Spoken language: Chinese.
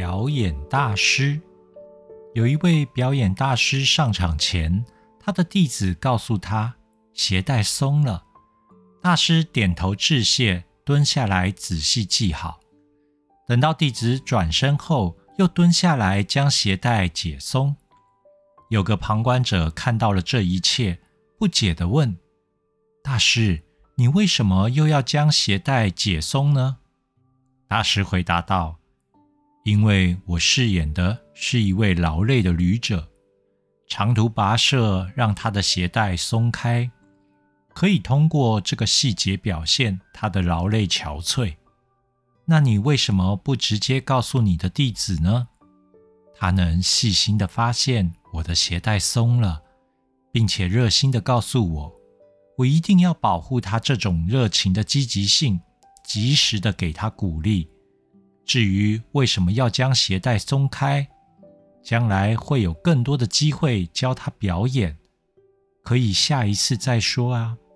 表演大师。有一位表演大师上场前，他的弟子告诉他鞋带松了。大师点头致谢，蹲下来仔细系好。等到弟子转身后，又蹲下来将鞋带解松。有个旁观者看到了这一切，不解地问：大师，你为什么又要将鞋带解松呢？大师回答道：因为我饰演的是一位劳累的旅者，长途跋涉让他的鞋带松开，可以通过这个细节表现他的劳累憔悴。那你为什么不直接告诉你的弟子呢？他能细心地发现我的鞋带松了，并且热心地告诉我，我一定要保护他这种热情的积极性，及时地给他鼓励。至于为什么要将鞋带松开，将来会有更多的机会教他表演，可以下一次再说啊。